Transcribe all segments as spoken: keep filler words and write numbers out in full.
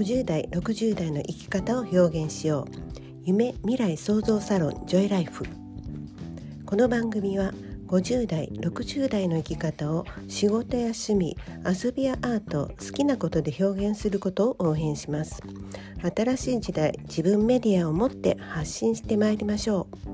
ごじゅう代、ろくじゅう代の生き方を表現しよう。夢未来創造サロンジョイライフ。この番組はごじゅう代、ろくじゅう代の生き方を仕事や趣味、遊びやアート、好きなことで表現することを応援します。新しい時代、自分メディアを持って発信してまいりましょう。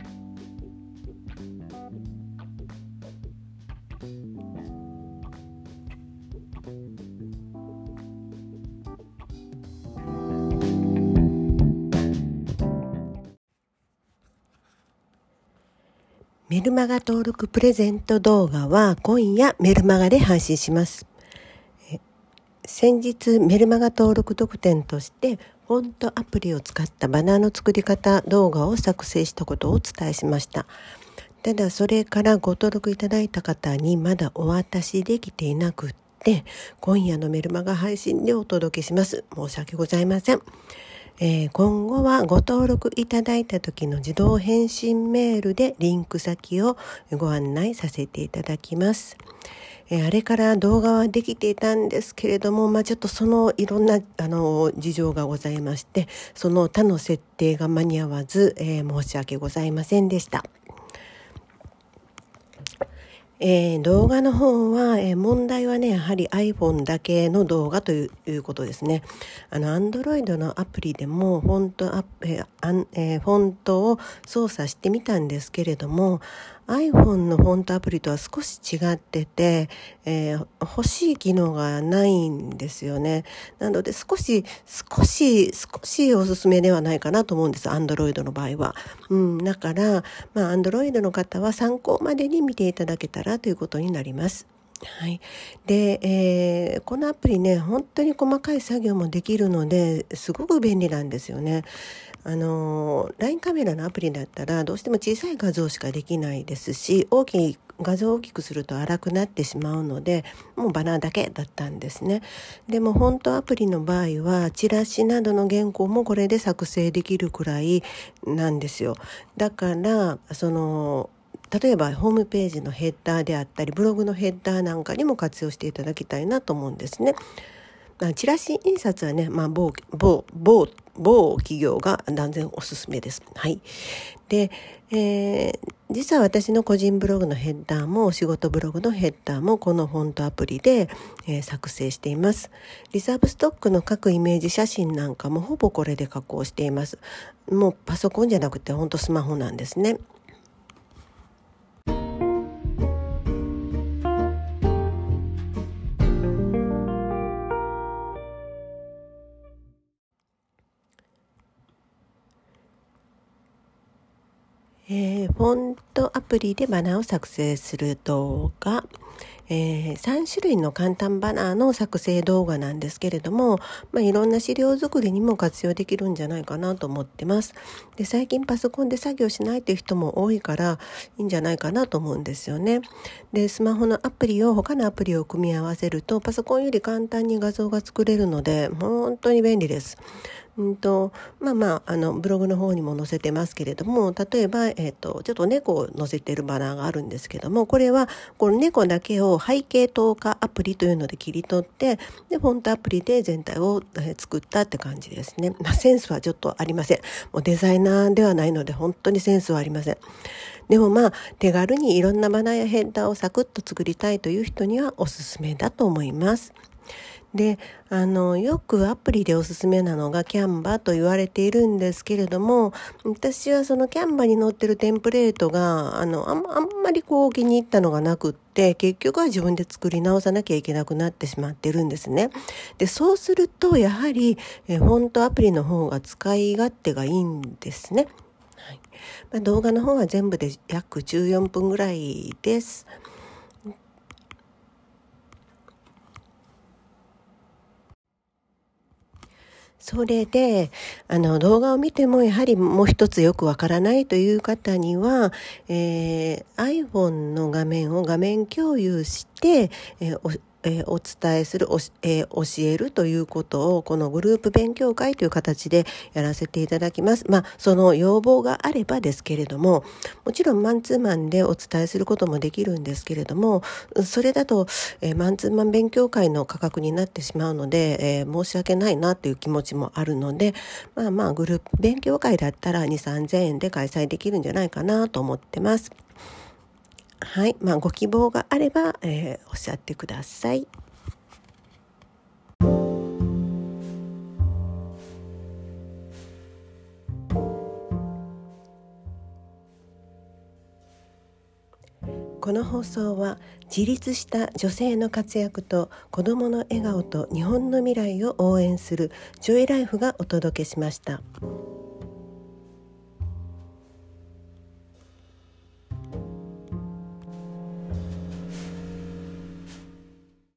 メルマガ登録プレゼント動画は今夜メルマガで配信します。え先日メルマガ登録特典としてフォントアプリを使ったバナーの作り方動画を作成したことをお伝えしました。ただそれからご登録いただいた方にまだお渡しできていなくって、今夜のメルマガ配信でお届けします。申し訳ございません。えー、今後はご登録いただいた時の自動返信メールでリンク先をご案内させていただきます。えー、あれから動画はできていたんですけれども、まあ、ちょっとそのいろんなあの事情がございまして、その他の設定が間に合わず、えー、申し訳ございませんでした。えー、動画の方は、えー、問題はね、やはり iPhone だけの動画という、いうことですね。あの Android のアプリでもフォントアップ、えーえー、フォントを操作してみたんですけれども、iPhone のフォントアプリとは少し違ってて、えー、欲しい機能がないんですよね。なので少し少し少しおすすめではないかなと思うんです。Android の場合は、うん、だからまあ Android の方は参考までに見ていただけたらということになります。はい。で、えー、このアプリね、本当に細かい作業もできるのですごく便利なんですよね。あの ライン カメラのアプリだったらどうしても小さい画像しかできないですし、大きい画像を大きくすると荒くなってしまうので、もうバナーだけだったんですね。でもフォントアプリの場合はチラシなどの原稿もこれで作成できるくらいなんですよ。だからその例えばホームページのヘッダーであったりブログのヘッダーなんかにも活用していただきたいなと思うんですね。チラシ印刷はね、まあ、某某某某企業が断然おすすめです。はい。で、えー、実は私の個人ブログのヘッダーもお仕事ブログのヘッダーもこのフォントアプリで、えー、作成しています。リザーブストックの各イメージ写真なんかもほぼこれで加工しています。もうパソコンじゃなくて本当スマホなんですね。えー、フォントアプリでバナーを作成する動画、えー、さん種類の簡単バナーの作成動画なんですけれども、まあ、いろんな資料作りにも活用できるんじゃないかなと思ってます。で、最近パソコンで作業しないという人も多いからいいんじゃないかなと思うんですよね。で、スマホのアプリを他のアプリを組み合わせるとパソコンより簡単に画像が作れるので本当に便利です。うんとまあまあ、あのブログの方にも載せてますけれども、例えば、えーと、ちょっと猫を載せているバナーがあるんですけども、これはこの猫だけを背景透過アプリというので切り取って、でフォントアプリで全体を、えー、作ったって感じですね。まあ、センスはちょっとありません。もうデザイナーではないので本当にセンスはありません。でもまあ手軽にいろんなバナーやヘッダーをサクッと作りたいという人にはおすすめだと思います。で、あのよくアプリでおすすめなのがキャンバと言われているんですけれども、私はそのキャンバに載ってるテンプレートがあのあん、あんまりこう気に入ったのがなくって、結局は自分で作り直さなきゃいけなくなってしまってるんですね。で、そうするとやはりえフォントアプリの方が使い勝手がいいんですね。はい。まあ、動画の方は全部で約じゅうよんぷんぐらいです。それで、あの、動画を見てもやはりもう一つよくわからないという方には、えー、iPhone の画面を画面共有して、えーえー、お伝えするおし、えー、教えるということをこのグループ勉強会という形でやらせていただきます。まあその要望があればですけれども、もちろんマンツーマンでお伝えすることもできるんですけれども、それだと、えー、マンツーマン勉強会の価格になってしまうので、えー、申し訳ないなという気持ちもあるので、まあまあグループ勉強会だったらに、さんぜんえんで開催できるんじゃないかなと思ってます。はい、まあご希望があれば、えー、おっしゃってください。この放送は自立した女性の活躍と子どもの笑顔と日本の未来を応援するジョイライフがお届けしました。